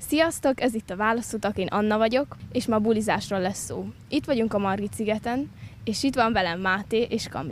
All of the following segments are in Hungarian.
Sziasztok, ez itt a Válaszutak, én Anna vagyok, és ma bulizásról lesz szó. Itt vagyunk a Margit-szigeten, és itt van velem Máté és Kami.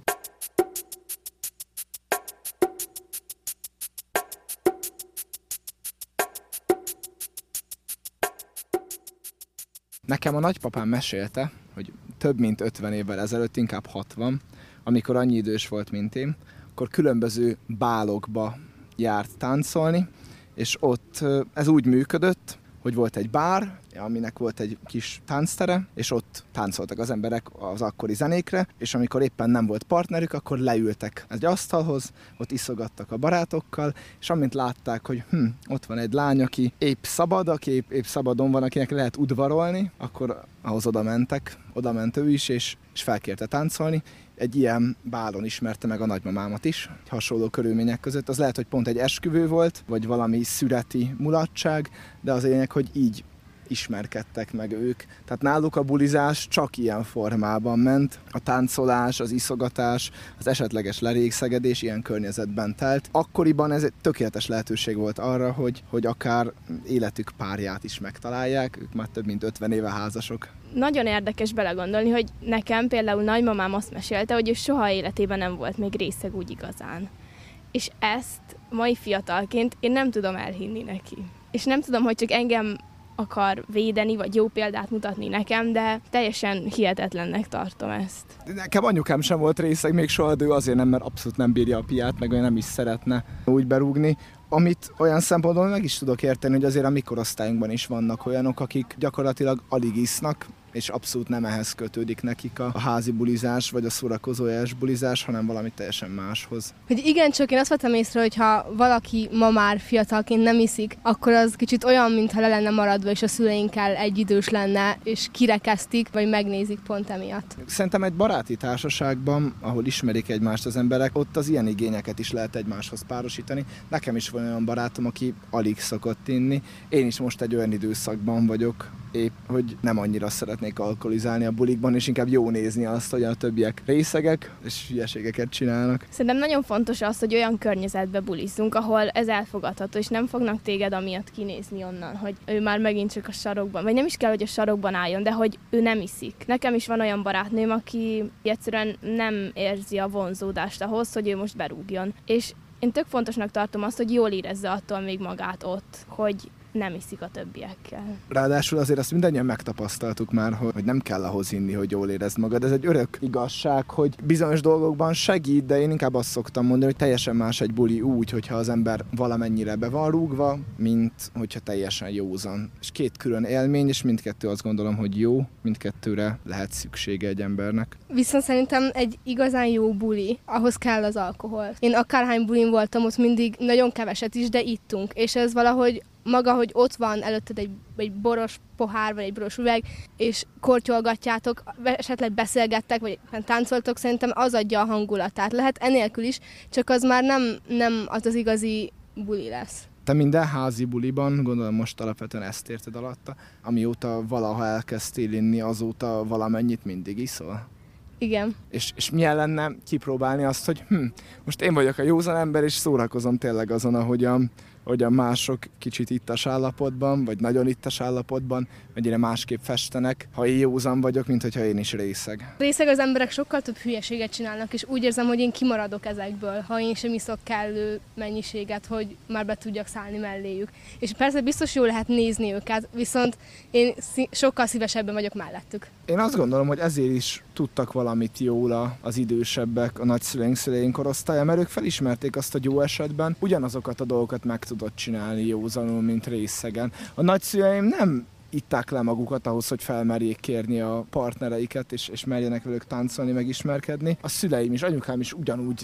Nekem a nagypapám mesélte, hogy több mint 50 évvel ezelőtt, inkább 60, amikor annyi idős volt, mint én, akkor különböző bálokba járt táncolni, és ott ez úgy működött, hogy volt egy bár, aminek volt egy kis tánctere, és ott táncoltak az emberek az akkori zenékre, és amikor éppen nem volt partnerük, akkor leültek egy asztalhoz, ott iszogattak a barátokkal, és amint látták, hogy ott van egy lány, aki épp szabadon van, akinek lehet udvarolni, akkor ahhoz odament ő is, és felkérte táncolni. Egy ilyen bálon ismerte meg a nagymamámat is, hasonló körülmények között. Az lehet, hogy pont egy esküvő volt, vagy valami szüreti mulatság, de az lényeg, hogy így ismerkedtek meg ők. Tehát náluk a bulizás csak ilyen formában ment. A táncolás, az iszogatás, az esetleges lerégszegedés ilyen környezetben telt. Akkoriban ez egy tökéletes lehetőség volt arra, hogy akár életük párját is megtalálják. Ők már több mint 50 éve házasok. Nagyon érdekes belegondolni, hogy nekem például nagymamám azt mesélte, hogy ő soha életében nem volt még részeg úgy igazán. És ezt mai fiatalként én nem tudom elhinni neki. És nem tudom, hogy csak engem akar védeni, vagy jó példát mutatni nekem, de teljesen hihetetlennek tartom ezt. Nekem anyukám sem volt részeg még soha, de ő azért nem, mert abszolút nem bírja a piát, meg olyan nem is szeretne úgy berúgni. Amit olyan szempontból meg is tudok érteni, hogy azért a mi korosztályunkban is vannak olyanok, akik gyakorlatilag alig isznak, és abszolút nem ehhez kötődik nekik a házi bulizás, vagy a szórakozójás bulizás, hanem valami teljesen máshoz. Hogy igen, csak én azt vettem észre, hogy ha valaki ma már fiatalként nem iszik, akkor az kicsit olyan, mintha le lenne maradva, és a szüleinkkel egyidős lenne, és kirekesztik, vagy megnézik pont emiatt. Szerintem egy baráti társaságban, ahol ismerik egymást az emberek, ott az ilyen igényeket is lehet egymáshoz párosítani. Nekem is van olyan barátom, aki alig szokott inni. Én is most egy olyan időszakban vagyok, épp, hogy nem annyira szeretnék alkoholizálni a bulikban, és inkább jó nézni azt, hogy a többiek részegek, és hülyeségeket csinálnak. Szerintem nagyon fontos az, hogy olyan környezetbe bulizzunk, ahol ez elfogadható, és nem fognak téged amiatt kinézni onnan, hogy ő már megint csak a sarokban, vagy nem is kell, hogy a sarokban álljon, de hogy ő nem iszik. Nekem is van olyan barátnőm, aki egyszerűen nem érzi a vonzódást ahhoz, hogy ő most berúgjon. És én tök fontosnak tartom azt, hogy jól érezze attól még magát ott, hogy nem iszik a többiekkel. Ráadásul azért azt mindannyian megtapasztaltuk már, hogy nem kell ahhoz inni, hogy jól érezd magad. Ez egy örök igazság, hogy bizonyos dolgokban segít, de én inkább azt szoktam mondani, hogy teljesen más egy buli úgy, hogyha az ember valamennyire be van rúgva, mint hogyha teljesen józan. És két külön élmény, és mindkettő azt gondolom, hogy jó, mindkettőre lehet szüksége egy embernek. Viszont szerintem egy igazán jó buli, ahhoz kell az alkohol. Én akárhány bulin voltam, ott mindig nagyon keveset is, de ittunk, és ez valahogy maga, hogy ott van előtted egy boros pohár, vagy egy boros üveg, és kortyolgatjátok, esetleg beszélgettek, vagy táncoltok, szerintem az adja a hangulatát. Lehet enélkül is, csak az már nem az igazi buli lesz. Te minden házi buliban, gondolom most alapvetően ezt érted alatta, amióta valaha elkezdtél inni, azóta valamennyit mindig iszol? Igen. És milyen lenne kipróbálni azt, hogy most én vagyok a józan ember, és szórakozom tényleg azon, hogy a mások kicsit ittas állapotban, vagy nagyon ittas állapotban, mennyire másképp festenek, ha én józan vagyok, mint hogyha én is részeg. Részeg az emberek sokkal több hülyeséget csinálnak, és úgy érzem, hogy én kimaradok ezekből, ha én sem iszok kellő mennyiséget, hogy már be tudjak szállni melléjük. És persze biztos jó lehet nézni őket, viszont én sokkal szívesebben vagyok mellettük. Én azt gondolom, hogy ezért is tudtak valamit jól az idősebbek, a nagyszüleink korosztálya, mert ők felismerték azt, hogy jó esetben ugyanazokat a dolgokat meg tudott csinálni józanul, mint részegen. A nagyszüleim nem itták le magukat ahhoz, hogy felmerjék kérni a partnereiket, és merjenek velük táncolni, megismerkedni. A szüleim is, anyukám is ugyanúgy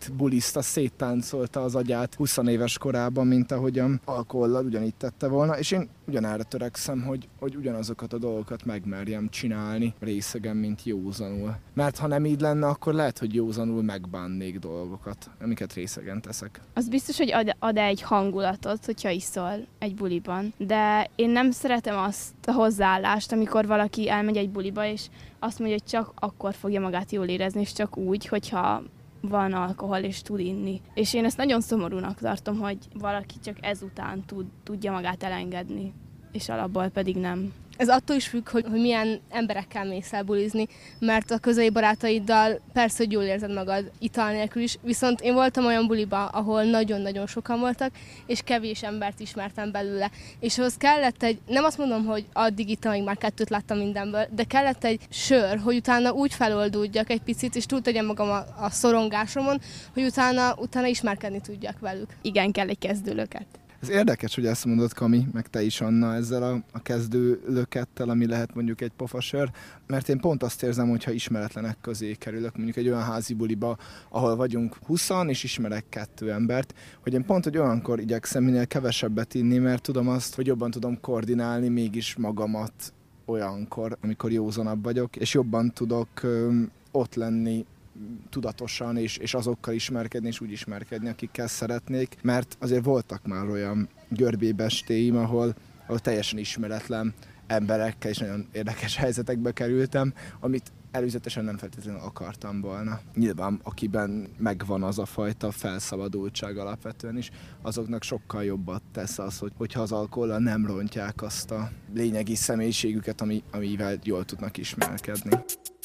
széttáncolta az agyát 20 éves korában, mint ahogyan alkohollal ugyanígy tette volna, és én ugyanerre törekszem, hogy ugyanazokat a dolgokat megmerjem csinálni részegen, mint józanul. Mert ha nem így lenne, akkor lehet, hogy józanul megbánnék dolgokat, amiket részegen teszek. Az biztos, hogy ad egy hangulatot, hogyha iszol egy buliban, de én nem szeretem azt a hozzáállást, amikor valaki elmegy egy buliba, és azt mondja, hogy csak akkor fogja magát jól érezni, és csak úgy, hogyha van alkohol és tud inni. És én ezt nagyon szomorúnak tartom, hogy valaki csak ezután tudja magát elengedni, és alapból pedig nem. Ez attól is függ, hogy milyen emberekkel mész el bulizni, mert a közeli barátaiddal persze, hogy jól érzed magad ital nélkül is, viszont én voltam olyan buliba, ahol nagyon-nagyon sokan voltak, és kevés embert ismertem belőle. És ahhoz kellett nem azt mondom, hogy addig ittam, amíg már 2 láttam mindenből, de kellett egy sör, hogy utána úgy feloldódjak egy picit, és túl tegyem magam a szorongásomon, hogy utána ismerkedni tudjak velük. Igen, kell egy kezdőlöket. Ez érdekes, hogy ezt mondod, Kami, meg te is, Anna, ezzel a kezdő lökettel, ami lehet mondjuk egy pofasör, mert én pont azt érzem, hogy ha ismeretlenek közé kerülök, mondjuk egy olyan házi buliba, ahol vagyunk 20-an, és ismerek 2 embert, hogy én pont, hogy olyankor igyekszem minél kevesebbet inni, mert tudom azt, hogy jobban tudom koordinálni mégis magamat olyankor, amikor józanabb vagyok, és jobban tudok ott lenni tudatosan, és azokkal ismerkedni, és úgy ismerkedni, akikkel szeretnék, mert azért voltak már olyan görbébestéim, ahol teljesen ismeretlen emberekkel és nagyon érdekes helyzetekbe kerültem, amit előzetesen nem feltétlenül akartam volna. Nyilván, akiben megvan az a fajta felszabadultság alapvetően is, azoknak sokkal jobbat tesz az, hogyha az alkohollal nem rontják azt a lényegi személyiségüket, amivel jól tudnak ismerkedni.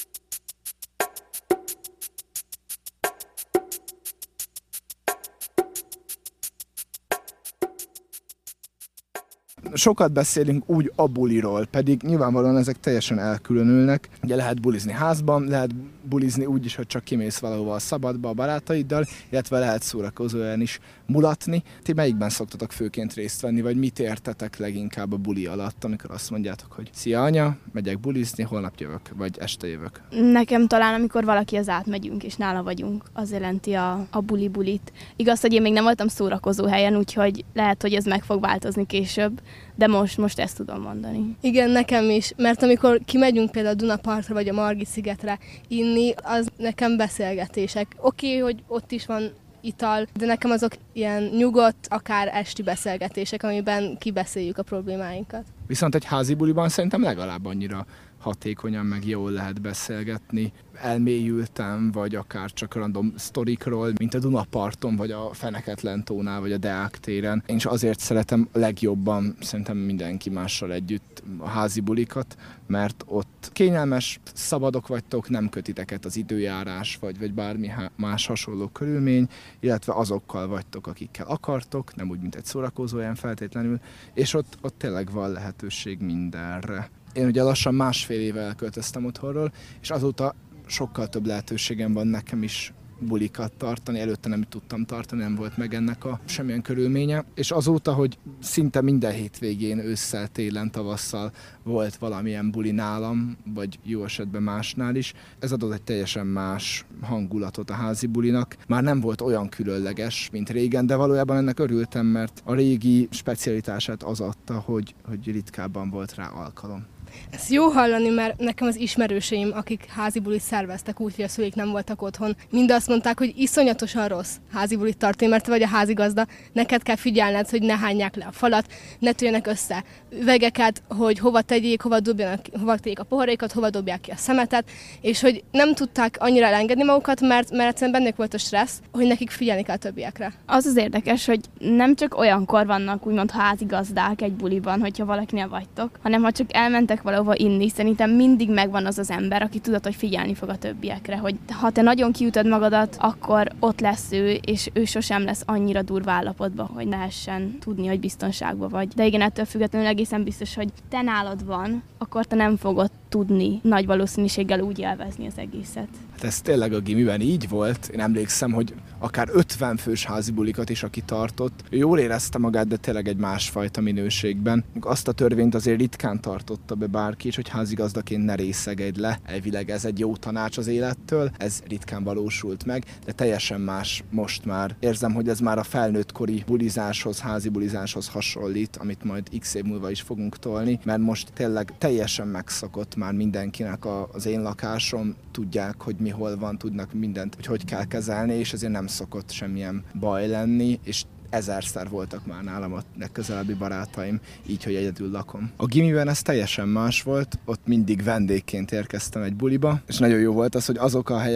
Sokat beszélünk úgy a buliról, pedig nyilvánvalóan ezek teljesen elkülönülnek. Ugye lehet bulizni házban, lehet bulizni úgy is, hogy csak kimész valahova a szabadba a barátaiddal, illetve lehet szórakozóan is mulatni. Ti melyikben szoktatok főként részt venni, vagy mit értetek leginkább a buli alatt, amikor azt mondjátok, hogy szia anya, megyek bulizni, holnap jövök, vagy este jövök? Nekem talán, amikor valaki az átmegyünk, és nála vagyunk, az jelenti a buli-bulit. Igaz, hogy én még nem voltam szórakozó helyen, úgyhogy lehet, hogy ez meg fog változni később, de most ezt tudom mondani. Igen, nekem is, mert amikor kimegyünk például a Dunapartra vagy a Margit-szigetre inni, az nekem beszélgetések. Oké, hogy ott is van ital, de nekem azok ilyen nyugodt, akár esti beszélgetések, amiben kibeszéljük a problémáinkat. Viszont egy házi buliban szerintem legalább annyira hatékonyan meg jól lehet beszélgetni, elmélyültem, vagy akár csak random sztorikról, mint a Dunaparton, vagy a Feneketlen tónál, vagy a Deák téren. Én is azért szeretem legjobban, szerintem mindenki mással együtt a házi bulikat, mert ott kényelmes, szabadok vagytok, nem kötiteket az időjárás, vagy bármi más hasonló körülmény, illetve azokkal vagytok, akikkel akartok, nem úgy, mint egy szórakozóhelyen feltétlenül, és ott tényleg van lehetőség mindenre. Én ugye lassan 1,5 éve elköltöztem otthonról, és azóta sokkal több lehetőségem van nekem is bulikat tartani, előtte nem tudtam tartani, nem volt meg ennek semmilyen körülménye, és azóta, hogy szinte minden hétvégén, ősszel, télen, tavasszal volt valamilyen buli nálam, vagy jó esetben másnál is, ez adott egy teljesen más hangulatot a házi bulinak. Már nem volt olyan különleges, mint régen, de valójában ennek örültem, mert a régi specialitását az adta, hogy ritkábban volt rá alkalom. Ez jó hallani, mert nekem az ismerőseim, akik házi bulit szerveztek úgy, hogy a szüleik nem voltak otthon, mind azt mondták, hogy iszonyatosan rossz házi bulit tartani, mert te vagy a házigazda, neked kell figyelned, hogy ne hányják le a falat, ne törjenek össze üvegeket, hogy hova tegyék, hova tegyék a poharékat, hova dobják ki a szemetet, és hogy nem tudták annyira elengedni magukat, mert egyszerűen bennük volt a stressz, hogy nekik figyelni kell többiekre. Az érdekes, hogy nem csak olyankor vannak úgymond házigazdák egy buliban, hogyha valakinél vagytok, hanem ha csak elmentek valahova inni, szerintem mindig megvan az az ember, aki tudod, hogy figyelni fog a többiekre, hogy ha te nagyon kiütöd magadat, akkor ott lesz ő, és ő sosem lesz annyira durva állapotban, hogy lehessen tudni, hogy biztonságban vagy. De igen, ettől függetlenül egészen biztos, hogy te nálad van, akkor te nem fogod tudni nagy valószínűséggel úgy élvezni az egészet. Hát ez tényleg a gimiben így volt. Én emlékszem, hogy akár 50 fős házi bulikat is, aki tartott, ő jól érezte magát, de tényleg egy másfajta minőségben. Azt a törvényt azért ritkán tartotta be bárki is, hogy házigazdaként ne részegedj le. Elvileg ez egy jó tanács az élettől, ez ritkán valósult meg, de teljesen más most már. Érzem, hogy ez már a felnőttkori bulizáshoz, házi bulizáshoz hasonlít, amit majd x év múlva is fogunk tolni, mert most tényleg teljesen megszokott már mindenkinek az én lakásom, tudják, hogy mi hol van, tudnak mindent, hogy kell kezelni, és ezért nem szokott semmilyen baj lenni, és 1000-szer voltak már nálam a legközelebbi barátaim, így, hogy egyedül lakom. A gimiben ez teljesen más volt, ott mindig vendégként érkeztem egy buliba, és nagyon jó volt az, hogy azok a helyek,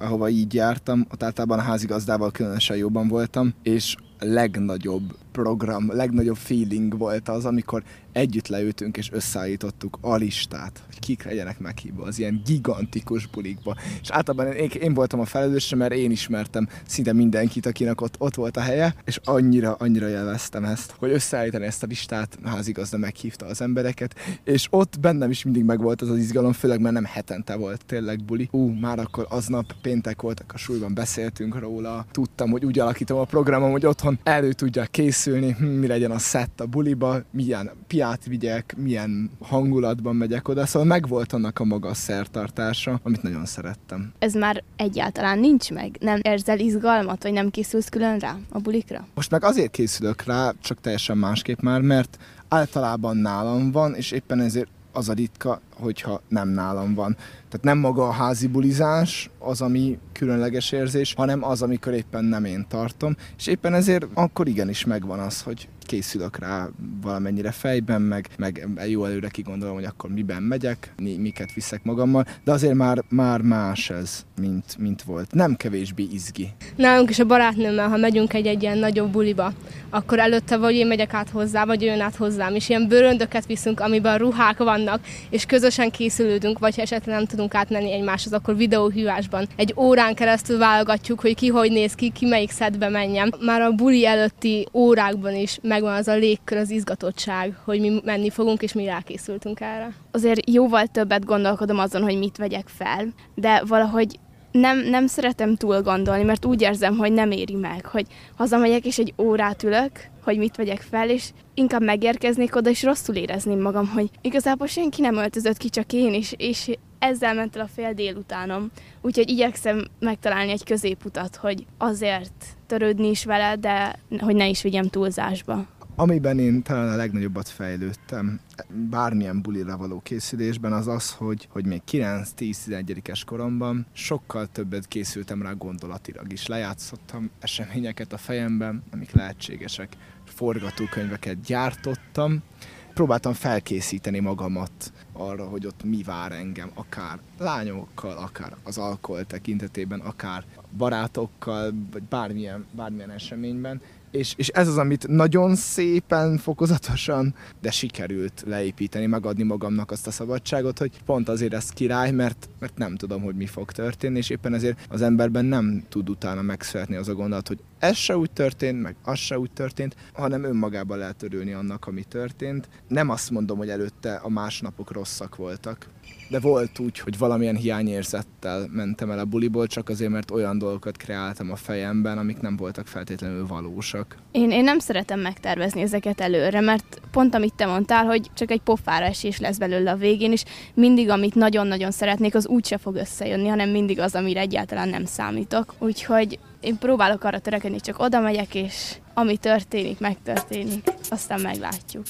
ahova így jártam, ott általában a házigazdával különösen jobban voltam, és legnagyobb program, legnagyobb feeling volt az, amikor együtt leültünk és összeállítottuk a listát, hogy kik legyenek meghívva az ilyen gigantikus bulikba. És általában én voltam a felelős, mert én ismertem szinte mindenkit, akinek ott volt a helye, és annyira élveztem ezt, hogy összeállítani ezt a listát, a házigazda meghívta az embereket, és ott bennem is mindig megvolt az az izgalom, főleg mert nem hetente volt tényleg buli. Már akkor aznap péntek voltak a súlyban, beszéltünk róla, tudtam, hogy úgy alakítom a programom, hogy otthon elő tudjak készülni, mi legyen a szett a buliba, milyen piát vigyek, milyen hangulatban megyek oda, szóval megvolt annak a maga szertartása, amit nagyon szerettem. Ez már egyáltalán nincs meg? Nem érzel izgalmat, vagy nem készülsz külön rá a bulikra? Most meg azért készülök rá, csak teljesen másképp már, mert általában nálam van, és éppen ezért az a ritka, hogyha nem nálam van. Tehát nem maga a házi bulizás az, ami különleges érzés, hanem az, amikor éppen nem én tartom, és éppen ezért akkor igenis megvan az, hogy készülök rá valamennyire fejben, meg jó előre kigondolom, hogy akkor miben megyek, miket viszek magammal, de azért már más ez, mint volt. Nem kevésbé izgi. Nálunk is a barátnőmmel, ha megyünk egy ilyen nagyobb buliba, akkor előtte vagy én megyek át hozzá, vagy jön át hozzám, és ilyen bőröndöket viszünk, amiben ruhák vannak, és közösen készülődünk, vagy ha esetleg nem tudunk átmenni egymáshoz, akkor videóhívásban egy órán keresztül válogatjuk, hogy ki hogy néz ki melyik szedbe menjen. Már a buli előtti órákban is megvan az a légkör, az izgatottság, hogy mi menni fogunk, és mi rákészültünk erre. Azért jóval többet gondolkodom azon, hogy mit vegyek fel, de valahogy nem szeretem túl gondolni, mert úgy érzem, hogy nem éri meg, hogy hazamegyek és egy órát ülök, hogy mit vegyek fel, és inkább megérkeznék oda, és rosszul érezném magam, hogy igazából senki nem öltözött ki, csak én is, és ezzel ment el a fél délutánom. Úgyhogy igyekszem megtalálni egy középutat, hogy azért törődni is vele, de hogy ne is vigyem túlzásba. Amiben én talán a legnagyobbat fejlődtem bármilyen bulira való készülésben, az az, hogy még 9-10-11-es koromban sokkal többet készültem rá gondolatilag is. Lejátszottam eseményeket a fejemben, amik lehetségesek, forgatókönyveket gyártottam, próbáltam felkészíteni magamat arra, hogy ott mi vár engem, akár lányokkal, akár az alkohol tekintetében, akár barátokkal, vagy bármilyen eseményben. És ez az, amit nagyon szépen, fokozatosan, de sikerült leépíteni, megadni magamnak azt a szabadságot, hogy pont azért ez király, mert nem tudom, hogy mi fog történni, és éppen ezért az emberben nem tud utána megszületni az a gondolat, hogy ez se úgy történt, meg az se úgy történt, hanem önmagában lehet örülni annak, ami történt. Nem azt mondom, hogy előtte a másnapok rosszak voltak, de volt úgy, hogy valamilyen hiányérzettel mentem el a buliból, csak azért, mert olyan dolgokat kreáltam a fejemben, amik nem voltak feltétlenül valósak. Én nem szeretem megtervezni ezeket előre, mert pont amit te mondtál, hogy csak egy pofára esés lesz belőle a végén, és mindig, amit nagyon-nagyon szeretnék, az úgyse fog összejönni, hanem mindig az, amire egyáltalán nem számítok. Úgyhogy én próbálok arra törekedni, csak oda megyek, és ami történik, megtörténik. Aztán meglátjuk.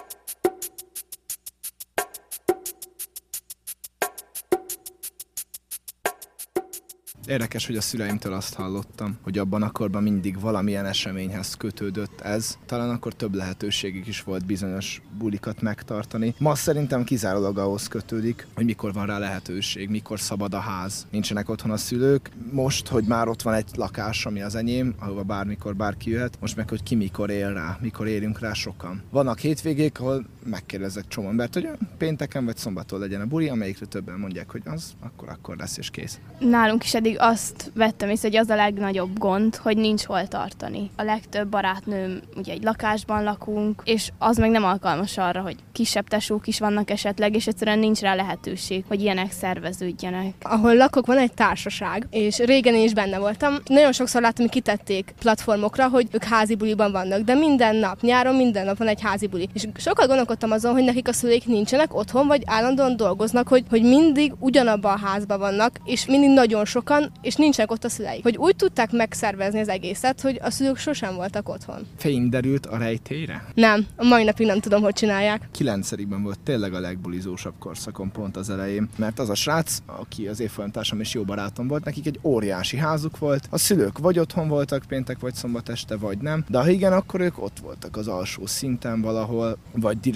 Érdekes, hogy a szüleimtől azt hallottam, hogy abban a korban mindig valamilyen eseményhez kötődött ez. Talán akkor több lehetőségük is volt bizonyos bulikat megtartani. Ma szerintem kizárólag ahhoz kötődik, hogy mikor van rá lehetőség, mikor szabad a ház. Nincsenek otthon a szülők. Most, hogy már ott van egy lakás, ami az enyém, ahova bármikor bárki jöhet, most meg, hogy ki mikor él rá, mikor élünk rá sokan. Vannak hétvégék, ahol megkérdezek csomó embert, hogy pénteken vagy szombaton legyen a buli, amelyikre többen mondják, hogy az akkor lesz és kész. Nálunk is eddig azt vettem észre, hogy az a legnagyobb gond, hogy nincs hol tartani. A legtöbb barátnőm, ugye egy lakásban lakunk, és az meg nem alkalmas arra, hogy kisebb tesók is vannak esetleg, és egyszerűen nincs rá lehetőség, hogy ilyenek szerveződjenek. Ahol lakok, van egy társaság, és régen én is benne voltam. Nagyon sokszor láttam, hogy kitették platformokra, hogy ők házi buliban vannak, de minden nap, nyáron minden nap van egy házi buli. És sokkal gondolkodtam azon, hogy nekik a szüleik nincsenek otthon, vagy állandóan dolgoznak, hogy mindig ugyanabban a házban vannak, és mindig nagyon sokan, és nincsenek ott a szüleik. Hogy úgy tudták megszervezni az egészet, hogy a szülők sosem voltak otthon. Fény derült a rejtélyre? Nem, a mai napig nem tudom, hogy csinálják. 9-ben volt tényleg a legbulizósabb korszakon pont az elején, mert az a srác, aki az évfolyamtársam és jó barátom volt, nekik egy óriási házuk volt, a szülők vagy otthon voltak péntek vagy szombat este, vagy nem, de ha igen, akkor ők ott voltak az alsó szinten valahol, vagy direkt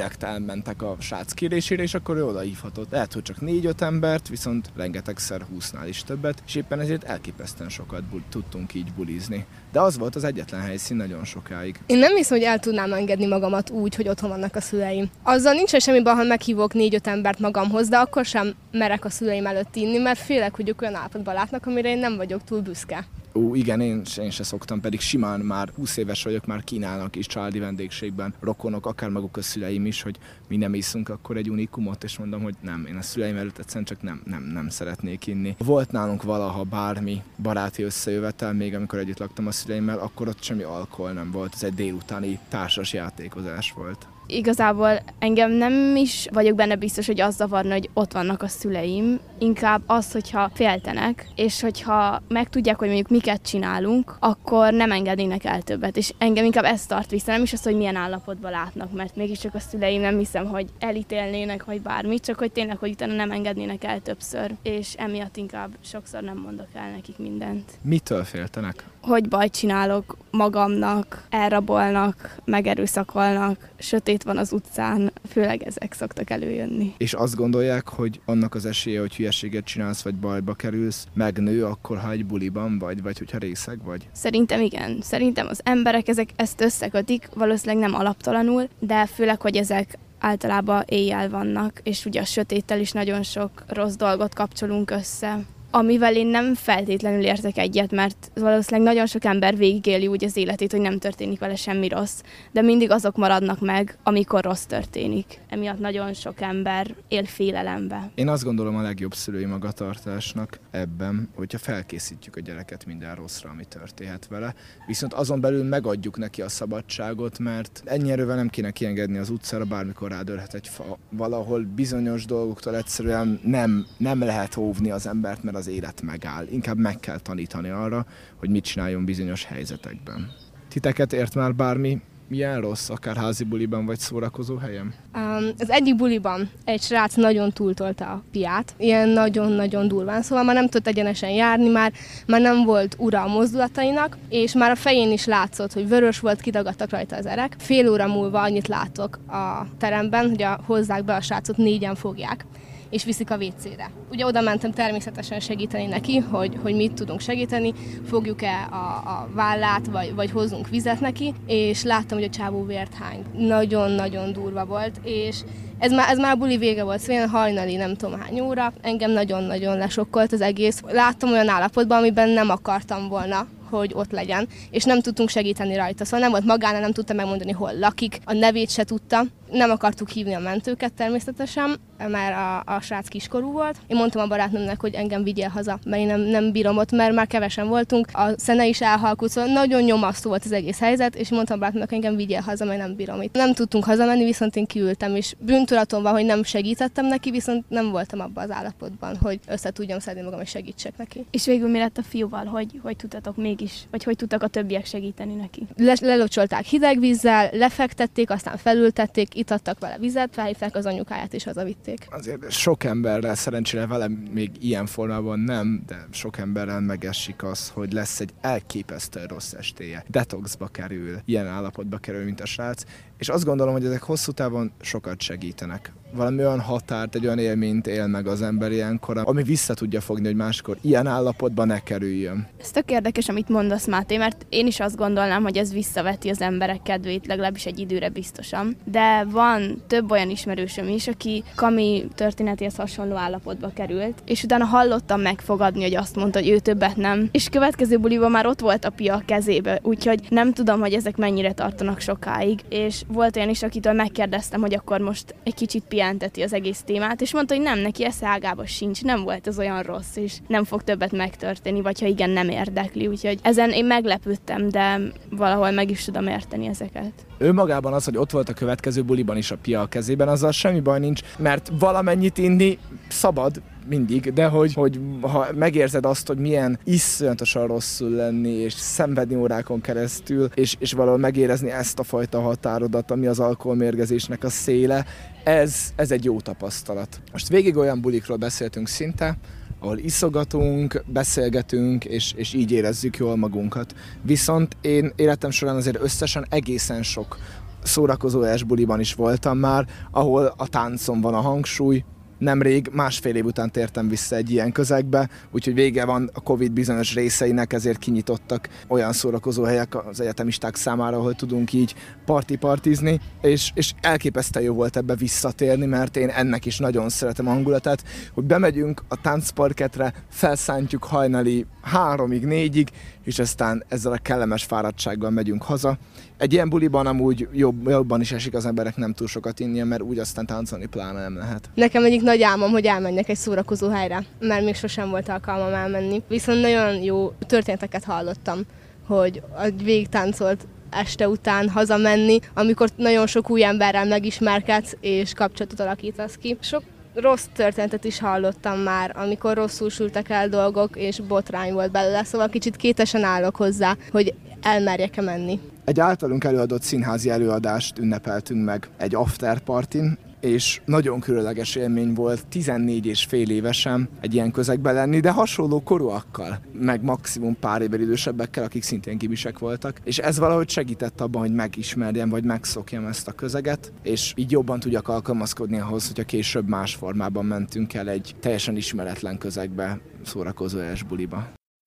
direkt elmentek a srác kérésére, és akkor ő odahívhatott. Lehet, hogy csak 4-5 embert, viszont rengetegszer 20-nál is többet, és éppen ezért elképesztően sokat tudtunk így bulizni. De az volt az egyetlen helyszín nagyon sokáig. Én nem hiszem, hogy el tudnám engedni magamat úgy, hogy otthon vannak a szüleim. Azzal nincsen semmi baj, ha meghívok 4-5 embert magamhoz, de akkor sem merek a szüleim előtt inni, mert félek, hogy ők olyan állapotban látnak, amire én nem vagyok túl büszke. Igen, én se szoktam, pedig simán már 20 éves vagyok, már kínálnak is családi vendégségben rokonok, akár maguk a szüleim is, hogy mi nem iszunk akkor egy unikumot, és mondom, hogy nem, én a szüleim előtt egyszerűen csak nem szeretnék inni. Volt nálunk valaha bármi baráti összejövetel, még amikor együtt laktam a szüleimmel, akkor ott semmi alkohol nem volt, ez egy délutáni társas játékozás volt. Igazából engem nem is vagyok benne biztos, hogy az zavarna, hogy ott vannak a szüleim. Inkább az, hogyha féltenek, és hogyha megtudják, hogy mondjuk miket csinálunk, akkor nem engednének el többet. És engem inkább ez tart vissza, nem is az, hogy milyen állapotban látnak, mert mégiscsak a szüleim nem hiszem, hogy elítélnének, vagy bármit, csak hogy tényleg, hogy utána nem engednének el többször. És emiatt inkább sokszor nem mondok el nekik mindent. Mitől féltenek? Hogy bajt csinálok magamnak, elrabolnak, megerőszakolnak, sötét van az utcán, főleg ezek szoktak előjönni. És azt gondolják, hogy annak az esélye, hogy hülyeséget csinálsz, vagy bajba kerülsz, megnő akkor, ha egy buliban vagy hogyha részeg vagy? Szerintem igen. Szerintem az emberek ezt összekötik, valószínűleg nem alaptalanul, de főleg, hogy ezek általában éjjel vannak, és ugye a sötéttel is nagyon sok rossz dolgot kapcsolunk össze. Amivel én nem feltétlenül értek egyet, mert valószínűleg nagyon sok ember végigéli úgy az életét, hogy nem történik vele semmi rossz, de mindig azok maradnak meg, amikor rossz történik. Emiatt nagyon sok ember él félelembe. Én azt gondolom a legjobb szülői magatartásnak ebben, hogyha felkészítjük a gyereket minden rosszra, ami történhet vele, viszont azon belül megadjuk neki a szabadságot, mert ennyi erővel nem kéne kiengedni az utcára, bármikor rádörhet egy fa. Valahol bizonyos dolgoktól egyszerűen nem lehet óvni az embert, mert az élet megáll. Inkább meg kell tanítani arra, hogy mit csináljon bizonyos helyzetekben. Titeket ért már bármi milyen rossz, akár házi buliban vagy szórakozó helyen? Az egyik buliban egy srác nagyon túltolta a piát, ilyen nagyon-nagyon durván, szóval már nem tudott egyenesen járni, már nem volt ura a mozdulatainak, és már a fején is látszott, hogy vörös volt, kidagadtak rajta az erek. Fél óra múlva annyit látok a teremben, hogy hozzák be a srácot, 4-en fogják, és viszik a WC-re. Ugye oda mentem természetesen segíteni neki, hogy mit tudunk segíteni, fogjuk-e a vállát, vagy hozzunk vizet neki, és láttam, hogy a csávó vért hány. Nagyon-nagyon durva volt, és ez már a buli vége volt, szóval hajnali nem tudom hány óra, engem nagyon-nagyon lesokkolt az egész. Láttam olyan állapotban, amiben nem akartam volna, hogy ott legyen, és nem tudtunk segíteni rajta. Szóval nem volt magánál, nem tudta megmondani, hol lakik, a nevét se tudta. Nem akartuk hívni a mentőket természetesen, mert a srác kiskorú volt. Én mondtam a barátnőmnek, hogy engem vigyél haza, mert én nem bírom ott, mert már kevesen voltunk. A szene is elhalkult, szóval nagyon nyomasztó volt az egész helyzet, és mondtam a barátnőmnek, hogy engem vigyél haza, mert nem bírom itt. Nem tudtunk hazamenni, viszont én kiültem, és bűntudatom van, hogy nem segítettem neki, viszont nem voltam abban az állapotban, hogy össze tudjam szedni magam, és segítsek neki. És végül mi lett a fiúval, hogy tudtatok mégis, vagy hogy tudtak a többiek segíteni neki? Lelocsolták hideg vízzel, lefektették, aztán felültették, itattak vele vizet, felhívták az anyukáját és hazavitték. Azért sok emberrel, szerencsére velem még ilyen formában nem, de sok emberrel megesik az, hogy lesz egy elképesztően rossz estéje. Detoxba kerül, ilyen állapotba kerül, mint a srác, és azt gondolom, hogy ezek hosszú távon sokat segítenek. Valami olyan határt, egy olyan élményt él meg az ember ilyenkor, ami vissza tudja fogni, hogy máskor ilyen állapotban ne kerüljön. Ez tök érdekes, amit mondasz, Máté, mert én is azt gondolnám, hogy ez visszaveti az emberek kedvét, legalábbis egy időre biztosan. De van több olyan ismerősöm is, aki Kami történetéhez hasonló állapotba került, és utána hallottam megfogadni, hogy azt mondta, hogy ő többet nem. És következő buliban már ott volt a pia a kezébe, úgyhogy nem tudom, hogy ezek mennyire tartanak sokáig. És volt olyan is, akitől megkérdeztem, hogy akkor most egy kicsit piánteti az egész témát, és mondta, hogy nem, neki esze ágában sincs, nem volt ez olyan rossz, és nem fog többet megtörténni, vagy ha igen, nem érdekli. Úgyhogy ezen én meglepődtem, de valahol meg is tudom érteni ezeket. Ő magában az, hogy ott volt a következő buliban is a pia a kezében, azzal semmi baj nincs, mert valamennyit inni szabad mindig, de hogy ha megérzed azt, hogy milyen iszonyatosan rosszul lenni, és szenvedni órákon keresztül, és valahol megérezni ezt a fajta határodat, ami az alkoholmérgezésnek a széle, ez egy jó tapasztalat. Most végig olyan bulikról beszéltünk szinte, ahol iszogatunk, beszélgetünk, és így érezzük jól magunkat. Viszont én életem során azért összesen egészen sok szórakozóes buliban is voltam már, ahol a táncon van a hangsúly. Nemrég, 1,5 év után tértem vissza egy ilyen közegbe, úgyhogy vége van a Covid bizonyos részeinek, ezért kinyitottak olyan szórakozó helyek az egyetemisták számára, ahol tudunk így partizni, és elképesztően jó volt ebbe visszatérni, mert én ennek is nagyon szeretem a hangulatát, hogy bemegyünk a táncparketre, felszántjuk hajnali 3-ig, 4-ig, és aztán ezzel a kellemes fáradtsággal megyünk haza. Egy ilyen buliban amúgy jobban is esik az emberek nem túl sokat innia, mert úgy aztán táncolni pláne nem lehet. Nekem egyik nagy álmom, hogy elmenjek egy szórakozó helyre, mert még sosem volt alkalmam elmenni. Viszont nagyon jó történeteket hallottam, hogy végig táncolt este után hazamenni, amikor nagyon sok új emberrel megismerkedsz és kapcsolatot alakítasz ki. Sok rossz történetet is hallottam már, amikor rosszul sültek el dolgok, és botrány volt belőle, szóval kicsit kétesen állok hozzá, hogy elmerjek-e menni. Egy általunk előadott színházi előadást ünnepeltünk meg egy afterpartin, és nagyon különleges élmény volt 14,5 évesen egy ilyen közegben lenni, de hasonló korúakkal, meg maximum pár évvel idősebbekkel, akik szintén gibisek voltak, és ez valahogy segített abban, hogy megismerjem, vagy megszokjam ezt a közeget, és így jobban tudjak alkalmazkodni ahhoz, hogyha később más formában mentünk el egy teljesen ismeretlen közegbe, szórakozóes buliba.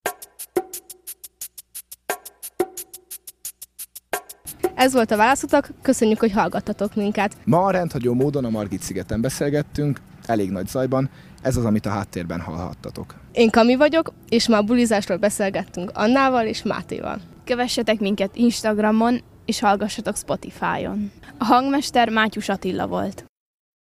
Ez volt a Válaszutak, köszönjük, hogy hallgattatok minket. Ma rendhagyó módon a Margit-szigeten beszélgettünk, elég nagy zajban, ez az, amit a háttérben hallhattatok. Én Kami vagyok, és ma a bulizásról beszélgettünk Annával és Mátéval. Kövessetek minket Instagramon, és hallgassatok Spotify-on. A hangmester Mátyus Attila volt.